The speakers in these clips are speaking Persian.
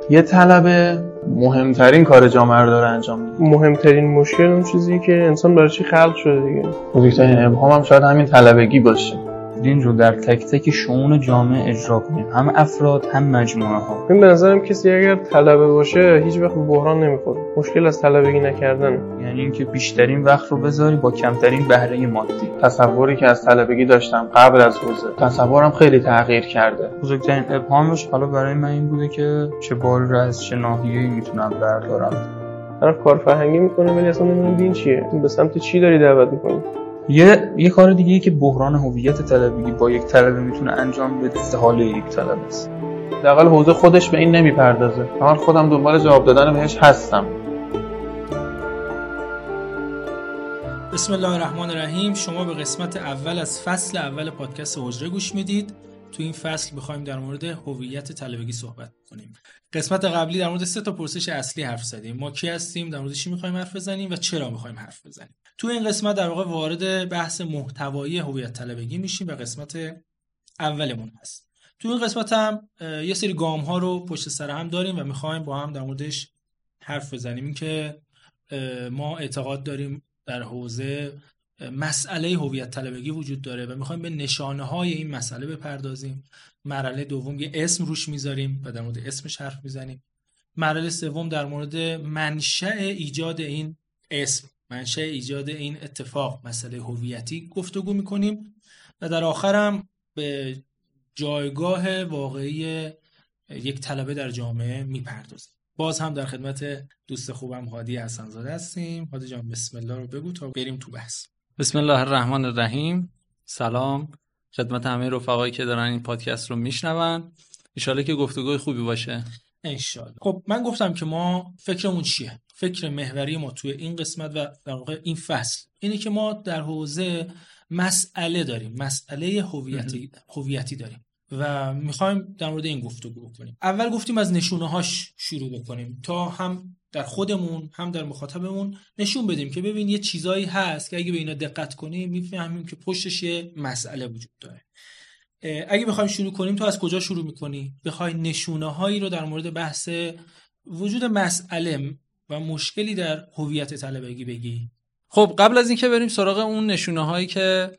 یه طلبه مهمترین کار جامعه رو داره انجام میده. مهمترین مشکل اون چیزی که انسان برای چی خلق شده دیگه. بزرگترین ابهام هم شاید همین طلبگی باشه. دین رو در تک تک شئون جامعه اجرا کنیم، هم افراد هم مجموعه ها. من به نظرم کسی اگر طلبه باشه هیچ وقت به بحران نمیخوره. مشکل از طلبگی نکردنه. یعنی اینکه بیشترین وقت رو بذاری با کمترین بهره مادی. تصوری که از طلبگی داشتم قبل از حوزه، تصورم خیلی تغییر کرده. بزرگترین ابهامش حالا برای من این بوده که چه باری رو از چه ناحیه‌ای میتونم بردارم. طرف کار فرهنگی میکنه ولی اصلا نمیدونه دین چیه. به سمت چی داری دعوت میکنی؟ یه کار دیگه ای که بحران هویت طلبگی با یک طلبه میتونه انجام بده، استحاله یک طلبه است. حداقل حوزه خودش به این نمیپردازه. من خودم دنبال جواب دادن بهش هستم. بسم الله الرحمن الرحیم. شما به قسمت اول از فصل اول پادکست حجره گوش میدید. تو این فصل بخوایم در مورد هویت طلبگی صحبت کنیم. قسمت قبلی در مورد 3 تا پرسش اصلی حرف زدیم. ما کی هستیم، در مورد چی می‌خوایم حرف بزنیم و چرا می‌خوایم حرف بزنیم. تو این قسمت در واقع وارد بحث محتوایی هویت طلبگی میشیم و قسمت اولمون هست. تو این قسمت هم یه سری گام‌ها رو پشت سر هم داریم و می‌خوایم با هم در موردش حرف بزنیم. این که ما اعتقاد داریم در حوزه مسئله هویت طلبگی وجود داره و میخوایم به نشانه‌های این مسئله بپردازیم. مرحله دوم یه اسم روش میذاریم و در مورد اسمش حرف میزنیم. مرحله سوم در مورد منشأ ایجاد این اسم، منشأ ایجاد این اتفاق، مسئله هویتی گفتگو میکنیم و در آخرم به جایگاه واقعی یک طلبه در جامعه میپردازیم. باز هم در خدمت دوست خوبم هادی حسن‌زاده هستیم. هادی جان بسم الله رو بگو تا بریم تو بحث. بسم الله الرحمن الرحیم. سلام خدمت همه رفقایی که دارن این پادکست رو میشنون. ان شاءالله که گفتگوی خوبی باشه. ان شاءالله. خب من گفتم که ما فکرمون چیه؟ فکر محوری ما توی این قسمت و در واقع این فصل اینه که ما در حوزه مسئله داریم، مسئله هویتی داریم و میخوایم در مورد این گفتگو بکنیم. اول گفتیم از نشونه‌هاش شروع بکنیم تا هم در خودمون هم در مخاطبمون نشون بدیم که ببین یه چیزایی هست که اگه به اینا دقت کنیم میفهمیم که پشتش یه مسئله وجود داره. اگه بخوایم شروع کنیم تو از کجا شروع میکنی؟ بخوای نشونه‌هایی رو در مورد بحث وجود مسئله و مشکلی در هویت طلبگی بگی. خب قبل از اینکه بریم سراغ اون نشونه‌هایی که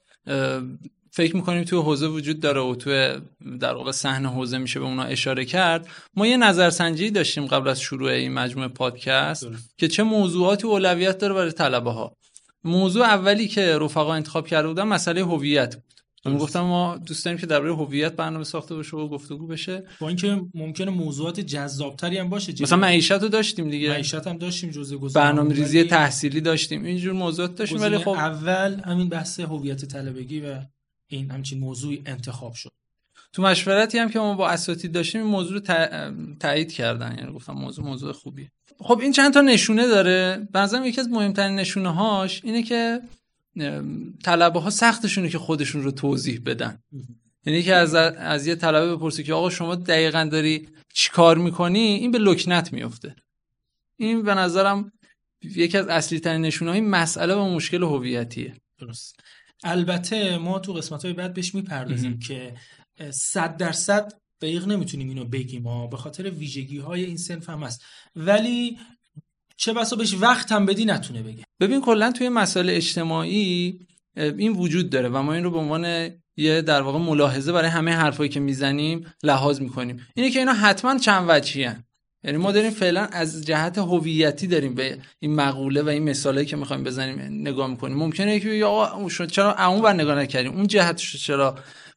فکر میکنیم توی حوزه وجود داره و توی در واقع صحن حوزه میشه به اونا اشاره کرد، ما یه نظرسنجی داشتیم قبل از شروع این مجموعه پادکست که چه موضوعاتی اولویت داره برای طلبه ها. موضوع اولی که رفقا انتخاب کرده بودن مسئله هویت بود. من گفتم ما دوست داریم که درباره هویت برنامه ساخته بشه و گفتگو بشه، با اینکه ممکنه موضوعات جذابتری هم باشه. مثلا معیشت رو داشتیم دیگه، معیشت هم داشتیم، جزء گزینه‌ها، برنامه‌ریزی تحصیلی داشتیم، اینجور موضوعات داشتیم، ولی خب اول همین بحث هویت طلبگی و این همچین موضوعی انتخاب شد. تو مشورتی هم که ما با اساتید داشتیم این موضوع رو تایید کردن، یعنی گفتم موضوع خوبیه. خب این چند تا نشونه داره. به نظرم یکی از مهمترین نشونه هاش اینه که طلبه ها سختشونه که خودشون رو توضیح بدن. یعنی که از یه طلبه بپرسی که آقا شما دقیقاً داری چی کار میکنی، این به لکنت میفته. این به نظرم یکی از اصلی ترین نشونه های مسئله و مشکل هویتیه. درست. البته ما تو قسمت‌های بعد بهش میپردازیم که 100% دقیق نمیتونیم اینو بگیم به خاطر ویژگی‌های این صنف هم هست، ولی چه بسا بهش وقت هم بدی نتونه بگه. ببین کلا توی مسائل اجتماعی این وجود داره و ما این رو به عنوان یه در واقع ملاحظه برای همه حرفایی که میزنیم لحاظ میکنیم. اینه که اینا حتما چند وجهی‌ان. یعنی ما داریم فعلا از جهت هویتی داریم به این مقوله و این مثالایی که میخوایم بزنیم نگاه میکنیم. ممکنه که آقا چرا اون ور نگاه نکردیم، اون جهتش چرا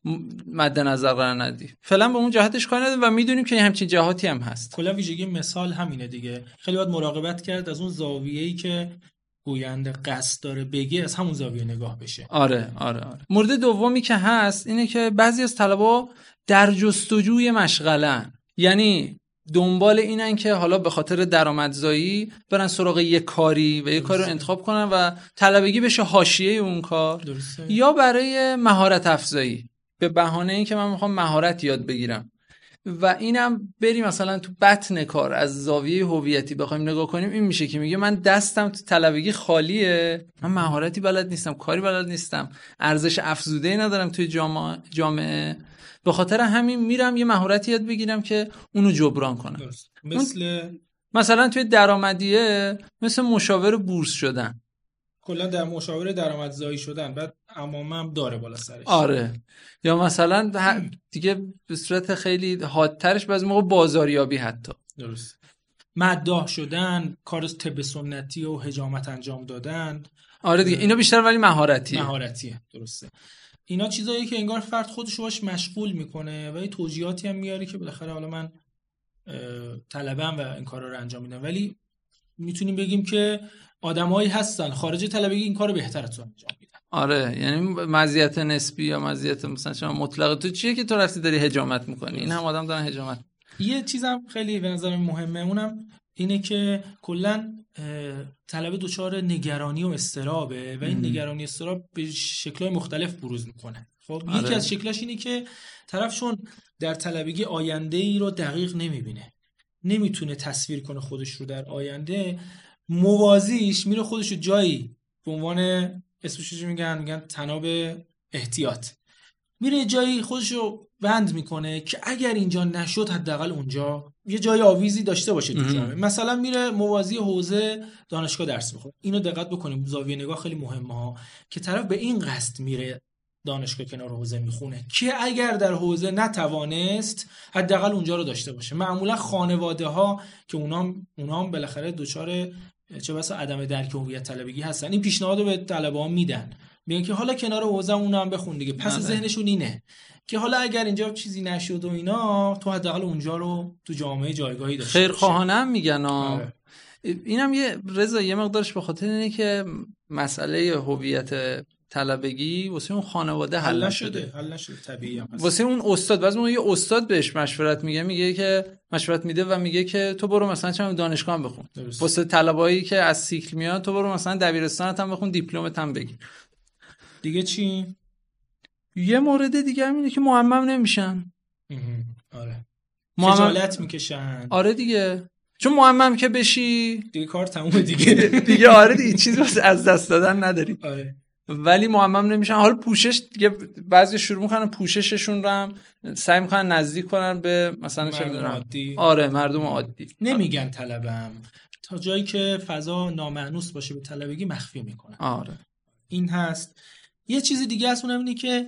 مد نظر قرار ندی، فعلا به اون جهتش کار نداریم و میدونیم که همچین جهاتی هم هست. کلا ویژگی مثال همینه دیگه. خیلی باید مراقبت کرد از اون زاویه‌ای که گوینده قصد داره بگه از همون زاویه نگاه بشه. آره. مورد دومی که هست اینه که بعضی از طلبا در جستجوی مشغله‌ان، یعنی دنبال اینن که حالا به خاطر درآمدزایی برن سراغ یه کاری و یه کاری رو انتخاب کنن و طلبگی بشه حاشیه اون کار. درسته. یا برای مهارت افزایی به بهانه این که من میخوام مهارت یاد بگیرم. و اینم بریم مثلا تو بطن کار از زاویه هویتی بخوایم نگاه کنیم، این میشه که میگه من دستم تو طلبگی خالیه، من مهارتی بلد نیستم، کاری بلد نیستم، ارزش افزوده‌ای ندارم توی جامعه، به خاطر همین میرم یه مهارتی یاد بگیرم که اونو جبران کنم. مثلا توی درآمدیه مثل مشاور بورس شدن، کلا در مشاور درآمدزایی شدن، بعد امامم داره بالا سرش. آره، یا مثلا دیگه به صورت خیلی حادترش بعضی موقع بازاریابی حتی. درست. مداح شدن، کار طب سنتی و حجامت انجام دادن. آره دیگه اینا بیشتر ولی مهارتیه. درسته. اینا چیزایی که انگار فرد خودش رو باش مشغول میکنه و یه توجیهاتی هم میاره که بالاخره حالا من طلبم و این کارا رو انجام میدم، ولی میتونیم بگیم که آدمایی هستن خارج طلبگی این کارو بهتر از انجام میدن. آره، یعنی مزیت نسبی یا مزیت مثلا شما مطلق تو چیه که تو رفتی داری حجامت میکنی، این هم آدم دارن حجامت. یه چیزم خیلی به نظر مهمه، اونم اینه که کلا طلبه دچار نگرانی و اضطرابه و این نگرانی اضطراب به شکل‌های مختلف بروز میکنه. خب آره. یکی از شکلاش اینه که طرفشون در طلبگی آینده‌ای رو دقیق نمیبینه، نمیتونه تصویر کنه خودش رو در آینده، موازیش میره خودش رو جایی به عنوان اسمش چی میگن تناب احتیاط، میره جایی خودش رو بند میکنه که اگر اینجا نشد حداقل اونجا یه جای آویزی داشته باشه تو جامعه. مثلا میره موازی حوزه دانشگاه درس بخونه. اینو دقت بکنیم، زاویه نگاه خیلی مهمه ها، که طرف به این قصد میره دانشگاه کنار حوزه میخونه که اگر در حوزه نتوانست حداقل اونجا رو داشته باشه. معمولا خانواده ها که اونام بالاخره دچار چه بسا عدم درک هویت طلبگی هستن، این پیشنهادو به طلبه‌ها میدن، میگن که حالا کنار حوزه اون هم بخون دیگه. پس ذهنشون اینه که حالا اگر اینجا چیزی نشد و اینا، تو حداقل اونجا رو تو جامعه جایگاهی داشته باشه. خیرخواهانه هم میگن. اینم یه رضا یه مقدارش به خاطر اینه که مسئله هویت طلبگی واسه اون خانواده حل نشده طبیعی هم هست. واسه اون استاد بعضی موقع یه استاد بهش مشورت میگه که مشورت میده و میگه که تو برو مثلا چه دانشگاه هم بخون. واسه طلبایی که از سیکل میاد تو برو مثلا دبیرستانت هم بخون، دیپلمت هم بگیر. دیگه چی؟ یه مورد دیگه هم اینه که معمم نمیشن. آره. خجالت میکشن. آره دیگه. چون معمم که بشی دیگه کار تمومه دیگه. دیگه آره دیگه چیزی واسه از دست دادن نداری. آره. ولی معمم نمیشن. حالا پوشش دیگه بعضی شروع میکنن پوشششون رو هم سعی میکنن نزدیک کنن به مثلا چه میدونم. آره مردم عادی. نمیگن طلبم، تا جایی که فضا نامأنوس باشه به طلبگی مخفی میکنن. آره. این هست. یه چیز دیگه هست، اونم اینه که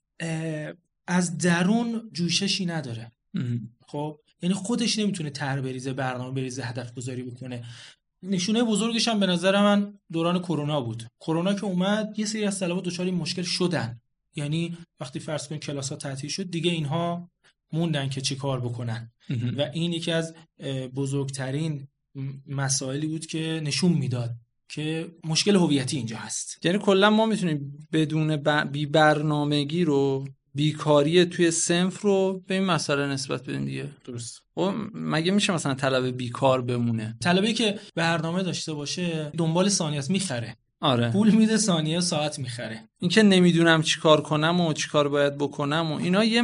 از درون جوششی نداره. خب یعنی خودش نمیتونه طرح بریزه، برنامه بریزه، هدف گذاری بکنه. نشونه بزرگش هم به نظر من دوران کرونا بود. کرونا که اومد یه سری از طلبه دچار این مشکل شدن، یعنی وقتی فرض کن کلاس‌ها تعطیل شد دیگه اینها موندن که چی کار بکنن و این یکی از بزرگترین مسائلی بود که نشون میداد که مشکل هویتی اینجا هست. یعنی کلا ما میتونیم بدون بی برنامگی رو، بیکاری توی صنف رو به این مسئله نسبت بدیم دیگه. درست. و مگه میشه مثلا طلبه بیکار بمونه؟ طلبه‌ای که برنامه داشته باشه دنبال ثانیه است، میخره. آره. پول میده، ثانیه و ساعت میخره. این که نمیدونم چیکار کنم و چیکار باید بکنم و اینا یه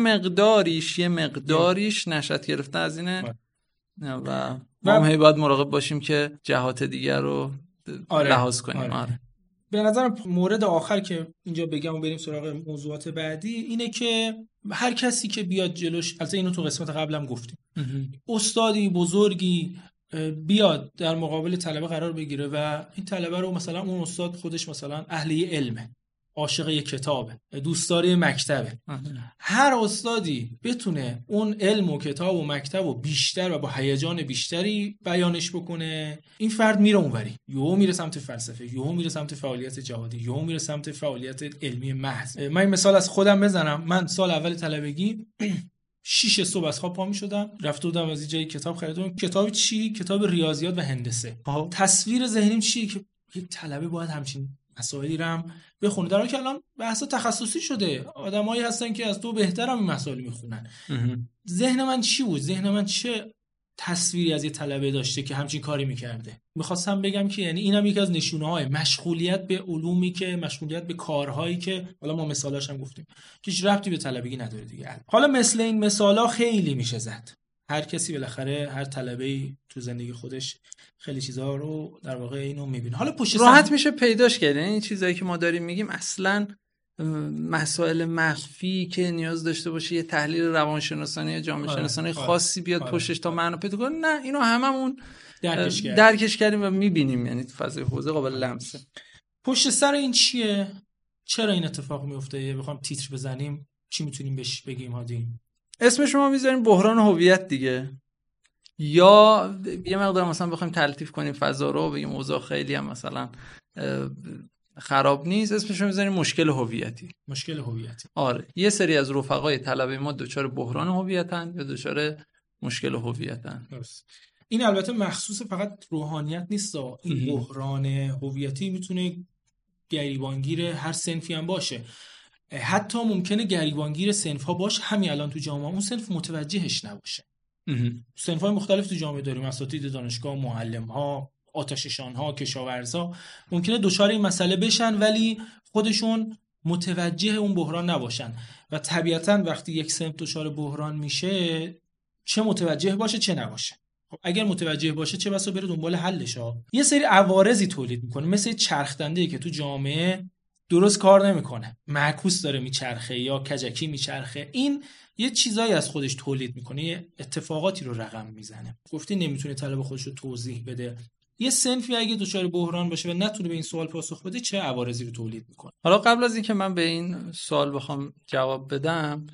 مقداریش نشأت گرفته از اینه و ما هم باید مراقب باشیم که جهات دیگر رو لحاظ کنیم. آره. به نظرم مورد آخر که اینجا بگم و بریم سراغ موضوعات بعدی اینه که هر کسی که بیاد جلوش، البته اینو تو قسمت قبلم گفتیم، استادی بزرگی بیاد در مقابل طلبه قرار بگیره و این طلبه رو مثلا اون استاد خودش مثلا اهل علمه، عاشق یک کتابه، دوستدار مکتبه، هر استادی بتونه اون علم و کتاب و مکتب و بیشتر و با هیجان بیشتری بیانش بکنه، این فرد میره اونوری، یهو میره سمت فلسفه، یهو میره سمت فعالیت جهادی، یهو میره سمت فعالیت علمی محض. من این مثال از خودم بزنم. من سال اول طلبگی 6 صبح از خواب پا میشدم، رفته بودم از جای کتاب خریدم. کتاب چی؟ کتاب ریاضیات و هندسه. تصویر ذهنیم چیه که یک طلبه باید همچین مسائلی رو هم بخونه، در حالی که الان بحث تخصصی شده، آدمایی هستن که از تو بهتر هم این مسائل میخونن. ذهن من چی بود؟ ذهن من چه تصویری از یه طلبه داشته که همچین کاری میکرده. میخواستم بگم که یعنی اینم یکی از نشونه‌های مشغولیت به علومی که مشغولیت به کارهایی که حالا ما مثالاش هم گفتیم که هیچ ربطی به طلبگی نداره دیگه. حالا مثل این مثالا خیلی میشه زد. هر کسی بالاخره هر طلبه‌ای تو زندگی خودش خیلی چیزا رو در واقع اینو میبینه. حالا پشت راحت میشه پیداش کرد. این چیزایی که ما داریم میگیم اصلاً مسائل مخفی که نیاز داشته باشه یه تحلیل روانشناسانی یا جامعه شناسانی خاصی بیاد پشتش تا معنی پیدا کنه، نه اینو هممون درکش کردیم و میبینیم، یعنی تو فضای حوزه قابل لمسه. پشت سر این چیه؟ چرا این اتفاق میفته؟ بخوام تیتر بزنیم چی میتونیم بهش بگیم؟ هادی اسمش رو ما میذاریم بحران هویت دیگه، یا یه مقدار مثلا بخوایم تلطیف کنیم فضا رو بگیم اوضاع خیلی هم مثلا خراب نیست، اسمش رو میذاریم مشکل هویتی. مشکل هویتی. آره، یه سری از رفقای طلبه ما دچار بحران هویتن یا دچار مشکل هویتن. این البته مخصوص فقط روحانیت نیست، این بحران هویتی میتونه گریبانگیر هر صنفی هم باشه. حتی ممکنه گریبانگیر صنف‌ها باشه همین الان تو جامعه اون صنف متوجهش نباشه. صنف‌های مختلف تو جامعه داریم، اساتید دانشگاه، معلم‌ها، آتش‌نشان‌ها، کشاورزا ممکنه دچار این مسئله بشن ولی خودشون متوجه اون بحران نباشن و طبیعتاً وقتی یک صنف دچار بحران میشه چه متوجه باشه چه نباشه. خب اگر متوجه باشه چه بسا بره دنبال حلش ها. یه سری عوارضی تولید میکنه، مثل چرخ دنده‌ای که تو جامعه درست کار نمیکنه، معکوس داره میچرخه یا کجکی میچرخه، این یه چیزایی از خودش تولید میکنه، یه اتفاقاتی رو رقم میزنه. گفتی نمیتونه طلب خودش رو توضیح بده. یه صنفی اگه دچار بحران باشه و نتونه به این سوال پاسخ بده چه عوارضی رو تولید میکنه؟ حالا قبل از اینکه من به این سوال بخوام جواب بدم،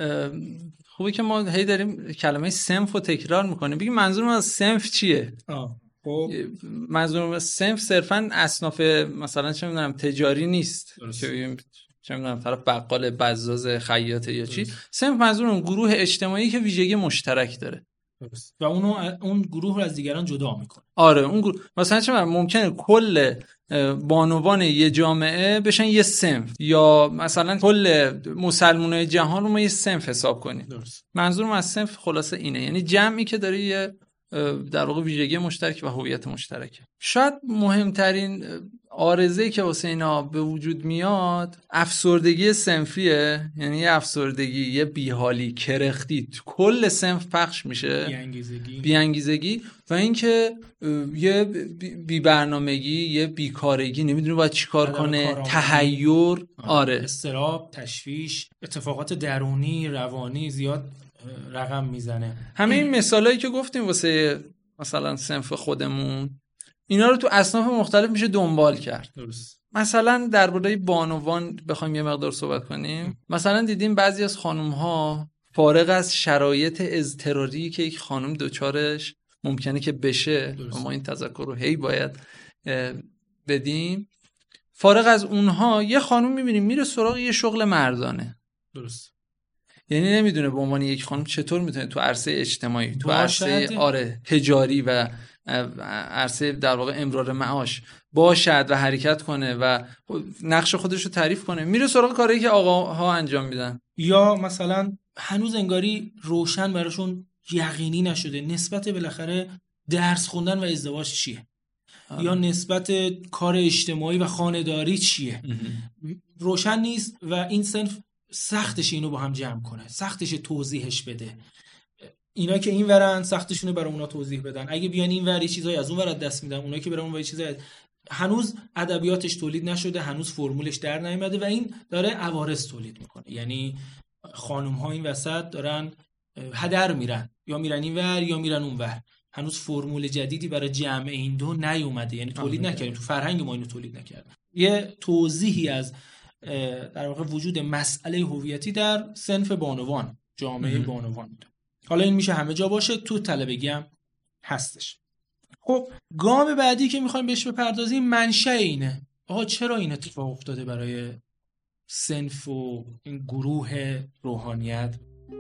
خوبه که ما هی داریم کلمه صنف رو تکرار میکنیم. بگیم منظورم از صنف چیه؟ خب منظورم از صنف صرفاً اصناف مثلا چه میدونم تجاری نیست که چه میدونم طرف بقال، بزاز، خیاطه یا چی. صنف منظورم گروه اجتماعی که ویژگی مشترک داره و اون گروه رو از دیگران جدا میکنه. آره اون گروه مثلا چه ممکنه کل بانوان یه جامعه بشن یه صنف، یا مثلا کل مسلمانای جهان رو ما یه صنف حساب کنیم. منظورم از صنف خلاصه اینه، یعنی جمعی که داره یه در واقع ویژگی مشترک و هویت مشترکه. شاید مهمترین عارضه‌ای که واسه اینا به وجود میاد افسردگی صنفیه، یعنی یه افسردگی، یه بیحالی، کرختی تو کل صنف پخش میشه، بی‌انگیزگی و اینکه یه بی‌برنامگی، یه بیکارگی، نمیدونه باید چیکار کنه، تحیر، آره، اضطراب، تشویش، اتفاقات درونی، روانی زیاد رقم میزنه. همه این مثالایی که گفتیم واسه مثلا صنف خودمون، اینا رو تو اصناف مختلف میشه دنبال کرد. درست. مثلا درباره بانوان بخوایم یه مقدار صحبت کنیم، مثلا دیدیم بعضی از خانوم‌ها فارغ از شرایط اضطراری که یک خانم دوچارش ممکنه که بشه و ما این تذکر رو هی باید بدیم، فارغ از اونها یه خانم میبینیم میره سراغ یه شغل مردانه. درست. یعنی نمیدونه به عنوان یک خانم چطور میتونه تو عرصه اجتماعی، تو عرصه تجاری و عرصه در واقع امرار معاش باشد و حرکت کنه و نقش خودش رو تعریف کنه. میره سراغ کاری که آقاها انجام میدن، یا مثلا هنوز انگاری روشن براشون یقینی نشده نسبت بالاخره درس خوندن و ازدواج چیه، یا نسبت کار اجتماعی و خانه‌داری چیه. روشن نیست و این صنف سختش اینو با هم جمع کنه، سختش توضیحش بده. اینا که این ورن سختشونه برای اونا توضیح بدن، اگه بیان این ور یه چیزایی از اون ور دست میدن، اونا که برای اون ور چیزایی هنوز ادبیاتش تولید نشده، هنوز فرمولش در نیامده و این داره عوارض تولید میکنه. یعنی خانم ها این وسط دارن هدر میرن، یا میرن این ور یا میرن اون ور، هنوز فرمول جدیدی برای جمع این دو نیومده، یعنی تولید نکردیم، تو فرهنگ ما اینو تولید نکردن. یه توضیحی از در واقع وجود مسئله هویتی در صنف بانوان، جامعه بانوان میده. حالا این میشه همه جا باشه، تو طلبگی هم هستش. خب گام بعدی که میخوایم بهش بپردازیم منشأ اینه. آقا چرا این اتفاق افتاده برای صنف و این گروه روحانیت؟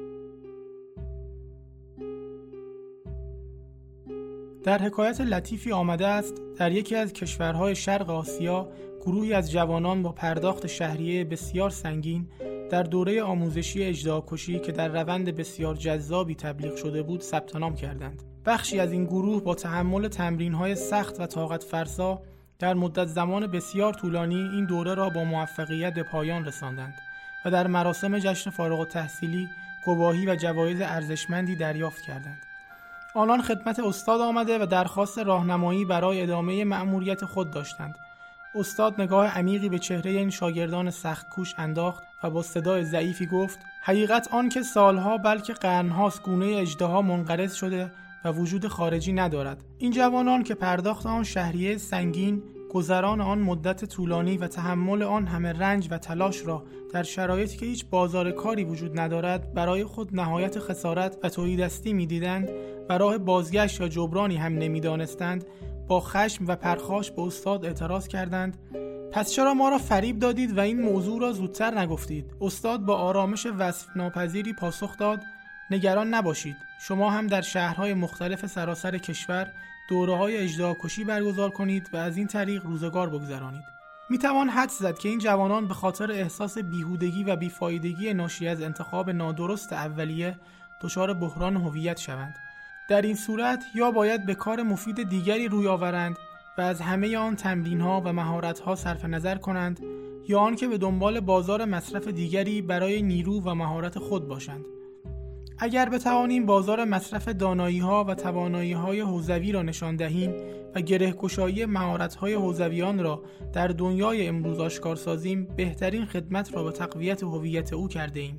در حکایت لطیفی آمده است در یکی از کشورهای شرق آسیا گروهی از جوانان با پرداخت شهریه بسیار سنگین در دوره آموزشی اژدهاکشی که در روند بسیار جذابی تبلیغ شده بود ثبت نام کردند. بخشی از این گروه با تحمل تمرین‌های سخت و طاقت فرسا در مدت زمان بسیار طولانی این دوره را با موفقیت به پایان رساندند و در مراسم جشن فارغ التحصیلی گواهی و جوایز ارزشمندی دریافت کردند. آنان خدمت استاد آمده و درخواست راهنمایی برای ادامه مأموریت خود داشتند. استاد نگاه عمیقی به چهره این شاگردان سخت‌کوش انداخت و با صدای ضعیفی گفت: حقیقت آن که سالها بلکه قرن‌هاست گونه اژدها منقرض شده و وجود خارجی ندارد. این جوانان که پرداخت آن شهریه سنگین، گذران آن مدت طولانی و تحمل آن همه رنج و تلاش را در شرایطی که هیچ بازار کاری وجود ندارد برای خود نهایت خسارت و تهیدستی می‌دیدند و راه بازگشت یا جبرانی هم نمی‌دانستند، با خشم و پرخاش به استاد اعتراض کردند: پس چرا ما را فریب دادید و این موضوع را زودتر نگفتید؟ استاد با آرامش وصف ناپذیری پاسخ داد: نگران نباشید، شما هم در شهرهای مختلف سراسر کشور دوره‌های اژدهاکشی برگزار کنید و از این طریق روزگار بگذرانید. میتوان حدس زد که این جوانان به خاطر احساس بیهودگی و بیفایدگی ناشی از انتخاب نادرست اولیه دچار بحران هویت شوند. در این صورت یا باید به کار مفید دیگری روی آورند و از همه آن تمرین‌ها و مهارت‌ها صرف نظر کنند، یا آنکه به دنبال بازار مصرف دیگری برای نیرو و مهارت خود باشند. اگر بتوانیم بازار مصرف دانایی‌ها و توانایی‌های حوزوی را نشان دهیم و گره‌گشایی مهارت‌های حوزویان را در دنیای امروز آشکار سازیم، بهترین خدمت را به تقویت هویت او کرده‌ایم.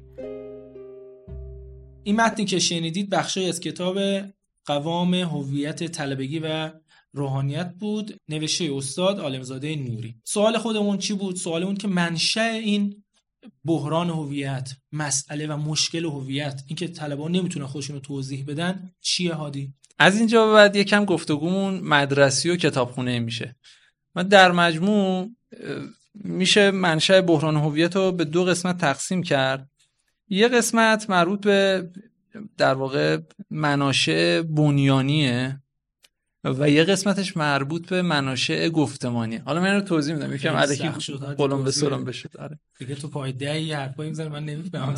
این متنی که شنیدید بخشی از کتاب قوام هویت طلبگی و روحانیت بود، نوشته استاد عالمزاده نوری. سوال خودمون چی بود؟ سوالمون که منشأ این بحران هویت، مسئله و مشکل هویت، این که طلبه‌ها نمیتونن خودشون رو توضیح بدن، چیه هادی؟ از اینجا به بعد یکم گفتگومون مدرسی و کتابخونه میشه. ما در مجموع میشه منشأ بحران هویت رو به دو قسمت تقسیم کرد. یه قسمت مربوط به در واقع مناشأ بنیانیه و یه قسمتش مربوط به مناشأ گفتمانیه. حالا من رو توضیح میدم یکم الکی قلم به سرم بشه. دیگه تو پای ده یه حرفایی میزنه من نمیفهمم.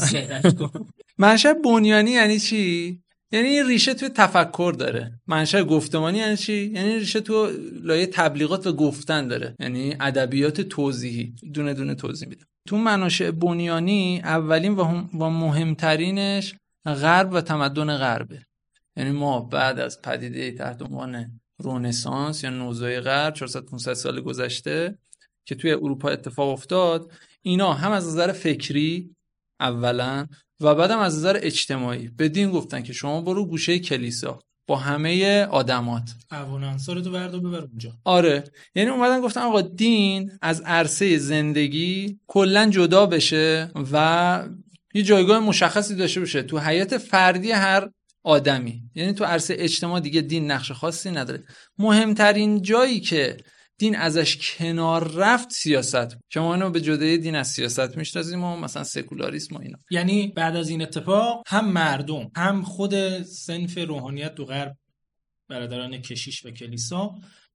منشأ بنیانی یعنی چی؟ یعنی ریشه توی تفکر داره. منشأ گفتمانی یعنی چی؟ یعنی ریشه تو لایه تبلیغات و گفتن داره. یعنی ادبیات توضیحی. دونه دونه توضیح میدم. تو مناشأ بنیانی اولین و مهمترینش غرب و تمدن غربه. یعنی ما بعد از پدیده تحت عنوان رنسانس یا نوزای غرب 400-500 سال گذشته که توی اروپا اتفاق افتاد، اینا هم از نظر فکری اولا و بعدم از نظر اجتماعی به دین گفتن که شما برو گوشه کلیسا با همه آدمات، اون انصار تو بردار ببر اونجا. آره، یعنی اومدن گفتن آقا دین از عرصه زندگی کلا جدا بشه و یه جایگاه مشخصی داشته باشه تو حیات فردی هر آدمی. یعنی تو عرصه اجتماع دیگه دین نقش خاصی نداره. مهمترین جایی که دین ازش کنار رفت سیاست، که ما اینو به جدای دین از سیاست میشناسیم و مثلا سکولاریسم و اینا. یعنی بعد از این اتفاق هم مردم هم خود صنف روحانیت تو غرب، برادران کشیش و کلیسا،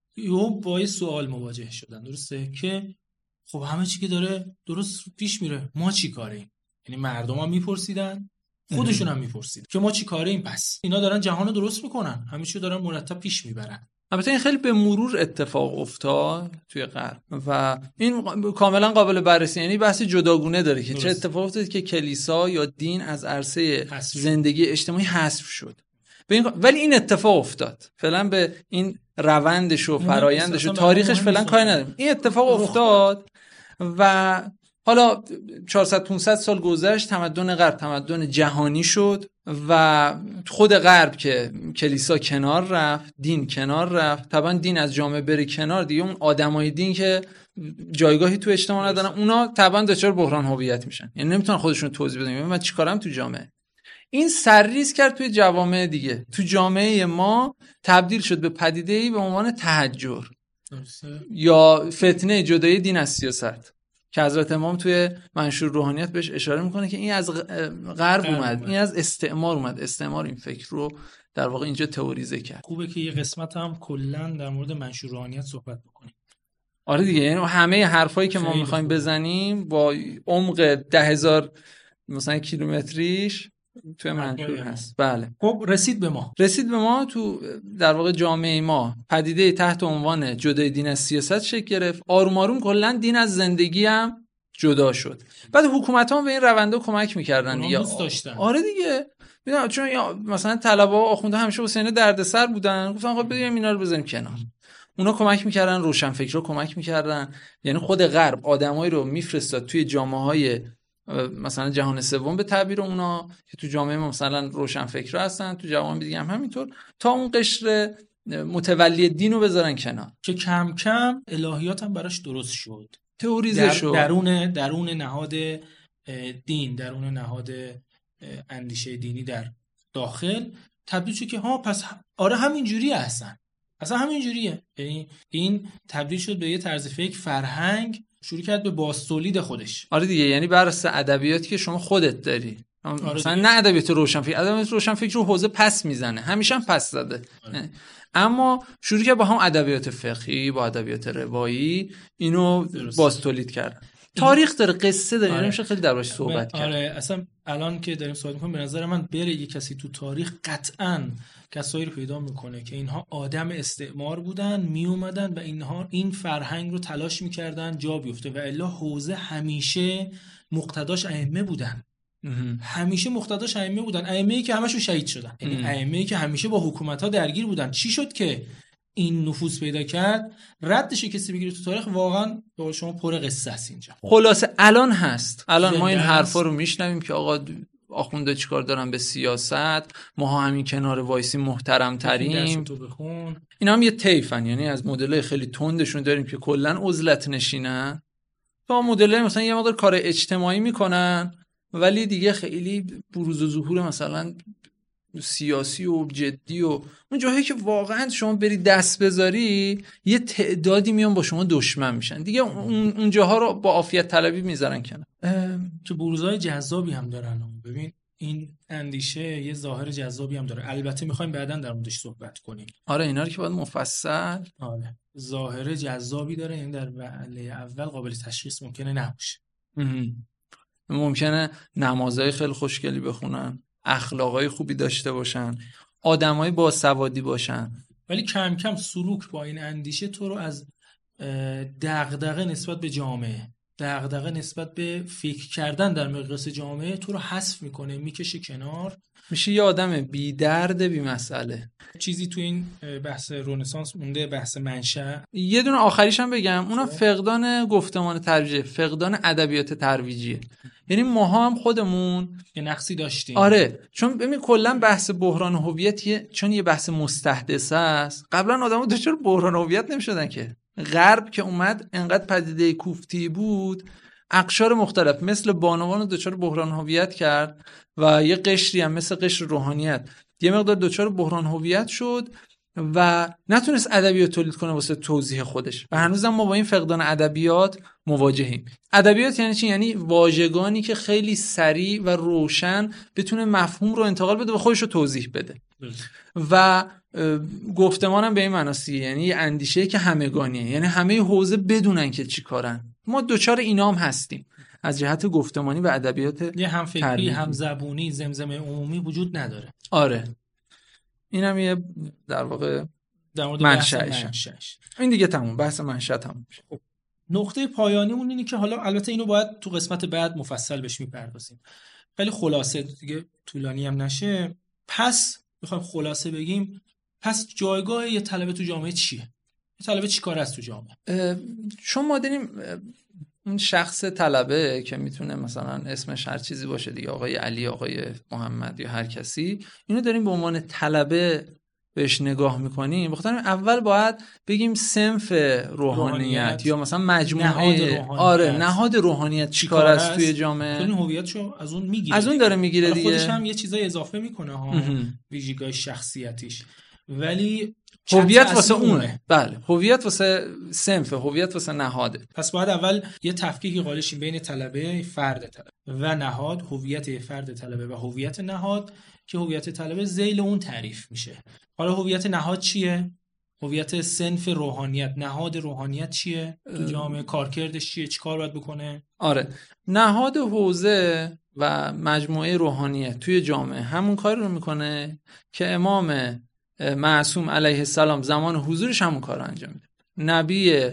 با یه سوال مواجه شدن، درسته؟ که خب همه چی که داره درست پیش میره، ما چی کاریم؟ یعنی مردم هم میپرسیدن، خودشون هم میپرسید که ما چی کاریم؟ پس اینا دارن جهان رو درست میکنن، همه چی دارن مرتب پیش میبرن. البته این خیلی به مرور اتفاق افتاد توی غرب و این کاملا قابل بررسی، یعنی بحث جداگونه داره که چه اتفاق افتاد که کلیسا یا دین از عرصه زندگی اجتماعی حذف شد. ولی این اتفاق افتاد. فعلا به این روندش و فرایندش و تاریخش فعلا کاری نداریم. این اتفاق افتاد و حالا 400-500 سال گذشت، تمدن غرب تمدن جهانی شد و خود غرب که کلیسا کنار رفت، دین کنار رفت، طبعا دین از جامعه بره کنار دیگه، اون آدمای دین که جایگاهی تو اجتماع ندارن اونا طبعا دچار بحران هویت میشن، یعنی نمیتونن خودشون توضیح بدن من چیکارم تو جامعه. این سرریز کرد توی جوامع دیگه. تو جامعه ما تبدیل شد به پدیده‌ای به عنوان تحجر یا فتنه جدای دین از سیاست که حضرت امام توی منشور روحانیت بهش اشاره میکنه که این از غرب اومد، این از استعمار اومد. استعمار این فکر رو در واقع اینجا تئوریزه کرد. خوبه که یه قسمت هم کلا در مورد منشور روحانیت صحبت بکنیم. آره دیگه، یعنی همه حرفایی که ما میخوایم بزنیم با عمق 10,000 مثلا کیلومتریش توی منظور هست. بله. خب رسید به ما تو در واقع جامعه ما پدیده تحت عنوان جدای دین از سیاست شکل گرفت. آروم آروم کلا دین از زندگی هم جدا شد. بعد حکومت‌ها به این رونده کمک می‌کردن دیگه. دوست داشتن. آره دیگه. میدونم چون مثلا طلبه و آخونده همیشه واسه اینا دردسر بودن، گفتن آقا بریم اینا رو بزنیم کنار. اونا کمک می‌کردن، روشنفکرا کمک می‌کردن. یعنی خود غرب آدمایی رو میفرستاد توی جامعه‌های مثلا جهان سوم به تعبیر اونا که تو جامعه ما مثلا روشنفکرا هستن، تو جوامع دیگه هم همینطور، تا اون قشر متولی دین رو بذارن کنار که کم کم الهیات هم براش درست شد، تئوریزه شد. درون نهاد دین، درون نهاد اندیشه دینی در داخل تبدیل شد که ها پس آره همین جوریه، اصلا همین جوریه. یعنی این تبدیل شد به یه طرز فکر، فرهنگ شروع کرد به بازتولید خودش. آره دیگه، یعنی بر اساس ادبیاتی که شما خودت داری. آره مثلا نه ادبیات روشنفکر، ادبیات روشنفکر رو حوزه پس میزنه، همیشه هم پس زده. آره. اما شروع کرد با هم ادبیات فقهی، با ادبیات روایی اینو بازتولید کردن. تاریخ داره، قصه داره، آره. نمیشه خیلی دربارش صحبت کرد. آره اصلا الان که داریم صحبت می‌کنیم به نظر من بره یه کسی تو تاریخ قطعاً کسایی رو پیدا میکنه که اینها آدم استعمار بودن، می اومدن و اینها این فرهنگ رو تلاش میکردن جا بیفته، و الا حوزه همیشه مقتداش ائمه بودن. همیشه مقتداش ائمه بودن، ائمه‌ای که همشون شهید شدن، یعنی ائمه‌ای که همیشه با حکومت‌ها درگیر بودن. چی شد که این نفوذ پیدا کرد؟ ردش کسی بگیره تو تاریخ واقعا به شما پر قصه است اینجا. خلاصه الان هست، الان ما این حرفا رو میشنویم که آقا آخونده چیکار دارن به سیاست، ما همین کنار وایسی محترم تریم. اینا هم یه طیفن، یعنی از مدل‌های خیلی تندشون داریم که کلا عزلت نشینن، تا مدل‌های مثلا یه مقدار کار اجتماعی میکنن ولی دیگه خیلی بروز و ظهور مثلا سیاسی و جدی و اون جاهایی که واقعا شما بری دست بذاری یه تعدادی میان با شما دشمن میشن دیگه، اون جاها رو با عافیت طلبی میذارن کنار. تو بروزهای جذابی هم دارن. ببین این اندیشه یه ظاهر جذابی هم داره، البته میخوایم بعداً در موردش صحبت کنیم. آره اینا رو که باید مفصل. آره ظاهر جذابی داره، این در وهله اول قابل تشخیص ممکنه نباشه. ممکنه نمازهای خیلی خوشگلی بخونن، اخلاقای خوبی داشته باشن، آدمای باسوادی باشن، ولی کم کم سلوک با این اندیشه تو رو از دغدغه نسبت به جامعه، دغدغه نسبت به فکر کردن در مقیاس جامعه تو رو حذف میکنه، میکشه کنار، میشه یه آدم بی درد بی مسئله. چیزی تو این بحث رنسانس مونده، بحث منشأ. یه دونه آخریش هم بگم، اونم فقدان گفتمان ترویجی، فقدان ادبیات ترویجیه. یعنی ماها هم خودمون یه نقصی داشتیم. آره چون ببین کلا بحث بحران هویت چون یه بحث مستحدث است، قبلا آدم‌ها دچار بحران هویت نمی‌شدن که. غرب که اومد انقدر پدیده کوفتی بود، اقشار مختلف مثل بانوان رو دچار بحران هویت کرد و یه قشری هم مثل قشر روحانیت یه مقدار دچار بحران هویت شد و نتونست ادبیات تولید کنه واسه توضیح خودش و هنوزم ما با این فقدان ادبیات مواجهیم. ادبیات یعنی چی؟ یعنی واژگانی که خیلی سریع و روشن بتونه مفهوم رو انتقال بده و خودش رو توضیح بده. و گفتمانم به این معناست، یعنی اندیشه که همگانیه، یعنی همه حوزه بدونن که چی کارن. ما دوچار اینام هستیم از جهت گفتمانی و ادبیات، یه هم فکری هم زبونی زمزمه عمومی وجود نداره. آره اینم یه در واقع در مورد منشأش. این دیگه تموم، بحث منشأ تموم میشه. نقطه پایانیمون اینه که حالا البته اینو باید تو قسمت بعد مفصل بهش میپردازیم، خیلی خلاصه دیگه طولانی هم نشه. پس میخوایم خلاصه بگیم، پس جایگاه یه طلبه تو جامعه چیه؟ یه طلبه چی کار است تو جامعه؟ چون ما داریم اون شخص طلبه که میتونه مثلا اسمش هر چیزی باشه دیگه، آقای علی، آقای محمد یا هر کسی، اینو داریم به عنوان طلبه بهش نگاه میکنیم. بخاطر اول باید بگیم صنف روحانیت یا مثلا مجموعه نهاد روحانیت. آره نهاد روحانیت چی کار است توی جامعه. این هویتشو از اون میگیره، از اون داره میگیره دیگه، خودش هم یه چیزای اضافه میکنه ها، ویژگی شخصیتیش، ولی هویت واسه اونه. بله هویت واسه صنف، هویت واسه نهاده. پس باید اول یه تفکیکی قائلشیم بین طلبه، فرد طلبه و نهاد، هویت فرد طلبه و هویت نهاد که هویت طلبه ذیل اون تعریف میشه. حالا هویت نهاد چیه؟ هویت صنف روحانیت، نهاد روحانیت چیه تو جامعه، کارکردش چیه، چیکار باید بکنه؟ آره، نهاد حوزه و مجموعه روحانیت توی جامعه همون کاری رو میکنه که امام معصوم علیه السلام زمان حضورش همون کار رو انجام میده. نبی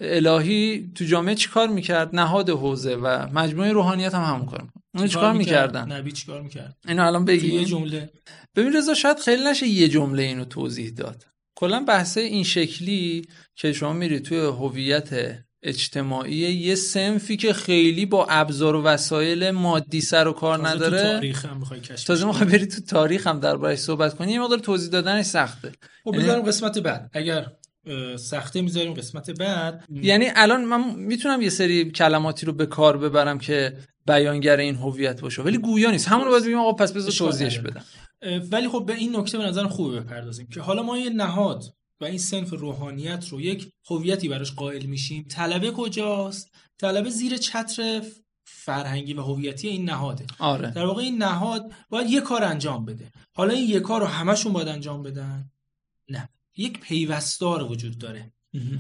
الهی تو جامعه چیکار میکرد؟ نهاد حوزه و مجموعه روحانیت هم همون کار میکنه. اون چیکار میکردن؟ نبی چیکار میکرد؟ اینو الان بگی یه جمله. ببین رضا، شاید خیلی نشه یه جمله اینو توضیح داد. کلا بحث این شکلی که شما میری توی هویت اجتماعی یه صنفی که خیلی با ابزار و وسایل مادی سر و کار نداره، تو تاریخ هم میخوای کشف تازه میخوای بری تو تاریخ هم دربارش صحبت کنی، یه مقدار توضیح دادنش سخته. خب بذاریم قسمت بعد، اگر سخته میذاریم قسمت بعد. یعنی الان من میتونم یه سری کلماتی رو به کار ببرم که بیانگر این هویت باشه، ولی گویا نیست. همون رو باید بگیم آقا پس بذار توضیحش بدم. ولی خب به این نکته به نظر خوبه بپردازیم که حالا ما یه نهاد و این صنف روحانیت رو یک هویتی براش قائل میشیم. طلبه کجاست؟ طلبه زیر چتر فرهنگی و هویتی این نهاده. آره. در واقع این نهاد باید یه کار انجام بده. حالا این یه کار رو همشون باید انجام بدن؟ نه. یک پیوستار وجود داره.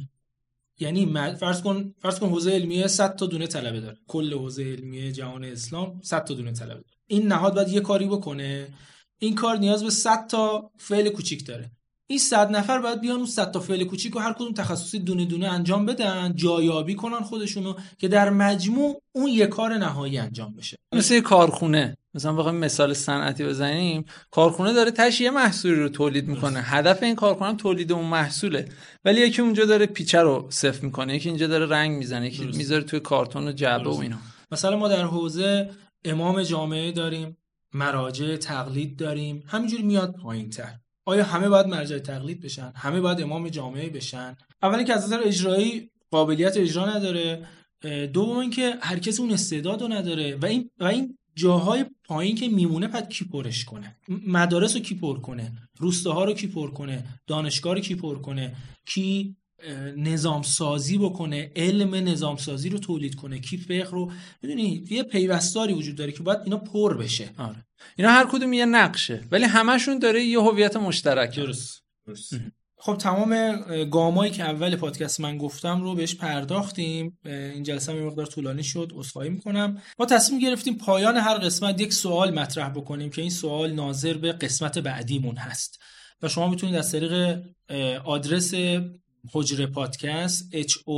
یعنی فرض کن حوزه علمیه 100 تا دونه طلبه داره. کل حوزه علمیه جهان اسلام 100 تا دونه طلبه داره. این نهاد باید یه کاری بکنه. این کار نیاز به 100 تا فعل کوچیک داره. این 100 نفر باید بیان اون 100 تا فعل کوچیک رو هر کدوم تخصصی دونه دونه انجام بدن، جایابی کنن خودشونو که در مجموع اون یه کار نهایی انجام بشه. مثل یه کارخونه، مثلا بخوایم مثال صنعتی بزنیم، کارخونه داره تهش محصولی رو تولید میکنه. هدف این کارخونه تولید اون محصوله، ولی یکی اونجا داره پیچه رو صفر میکنه، یکی اینجا داره رنگ میزنه، یکی میذاره توی کارتون و جعبه و اینا. مثلا ما در حوزه امام جامعه داریم، مراجع تقلید داریم، همینجوری میاد پایین‌تر. آیا همه باید مرجع تقلید بشن؟ همه باید امام جامعه بشن؟ اولی که از نظر اجرایی قابلیت اجرا نداره، دوم اینکه هر کس اون استعدادو نداره و این جاهای پایین که میمونه بعد کی پرش کنه؟ مدارس رو کی پر کنه؟ روستاها رو کی پر کنه؟ دانشگاه رو کی پر کنه؟ کی نظام سازی بکنه؟ علم نظام سازی رو تولید کنه؟ کی فقه رو؟ میدونی یه پیوستاری وجود داره که باید اینا پر بشه. آره. اینا هر کدوم یه نقشه، ولی همشون داره یه هویت مشترک. درست. خب تمام گامایی که اول پادکست من گفتم رو بهش پرداختیم. این جلسه یه مقدار طولانی شد، عذرخواهی میکنم. ما تصمیم گرفتیم پایان هر قسمت یک سوال مطرح بکنیم که این سوال ناظر به قسمت بعدیمون هست و شما میتونید از طریق آدرس حجره پادکست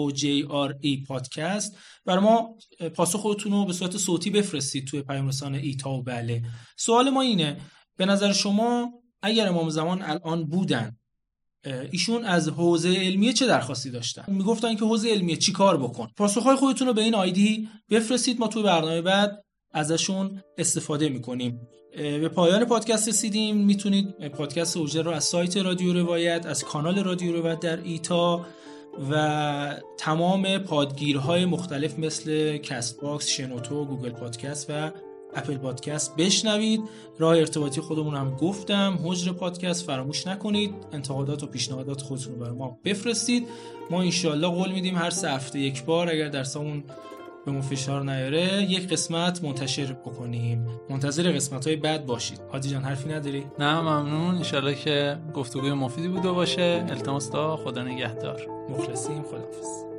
HOJRE پادکست برای ما پاسخ خودتون رو به صورت صوتی بفرستید توی پیام رسانه ایتا و بله. سوال ما اینه: به نظر شما اگر امام زمان الان بودن، ایشون از حوزه علمیه چه درخواستی داشتن؟ میگفتن که حوزه علمیه چی کار بکن. پاسخهای خودتون رو به این آیدی بفرستید، ما توی برنامه بعد ازشون استفاده میکنیم. به پایان پادکست رسیدیم. میتونید پادکست حجره رو از سایت رادیو روایت، از کانال رادیو روایت در ایتا و تمام پادگیرهای مختلف مثل کست باکس، شنوتو، گوگل پادکست و اپل پادکست بشنوید. راه ارتباطی خودمون هم گفتم، حجره پادکست. فراموش نکنید انتقادات و پیشنهادات خودتون رو برای ما بفرستید. ما انشالله قول میدیم هر 3 هفته یک بار، اگر درسمون به ما فشار نیاره، یک قسمت منتشر بکنیم. منتظر قسمت‌های بعد باشید. حاجی جان حرفی نداری؟ نه ممنون. انشالله که گفتگوی مفیدی بوده باشه. التماس تا خدا نگهدار. مخلصیم. خداحافظ.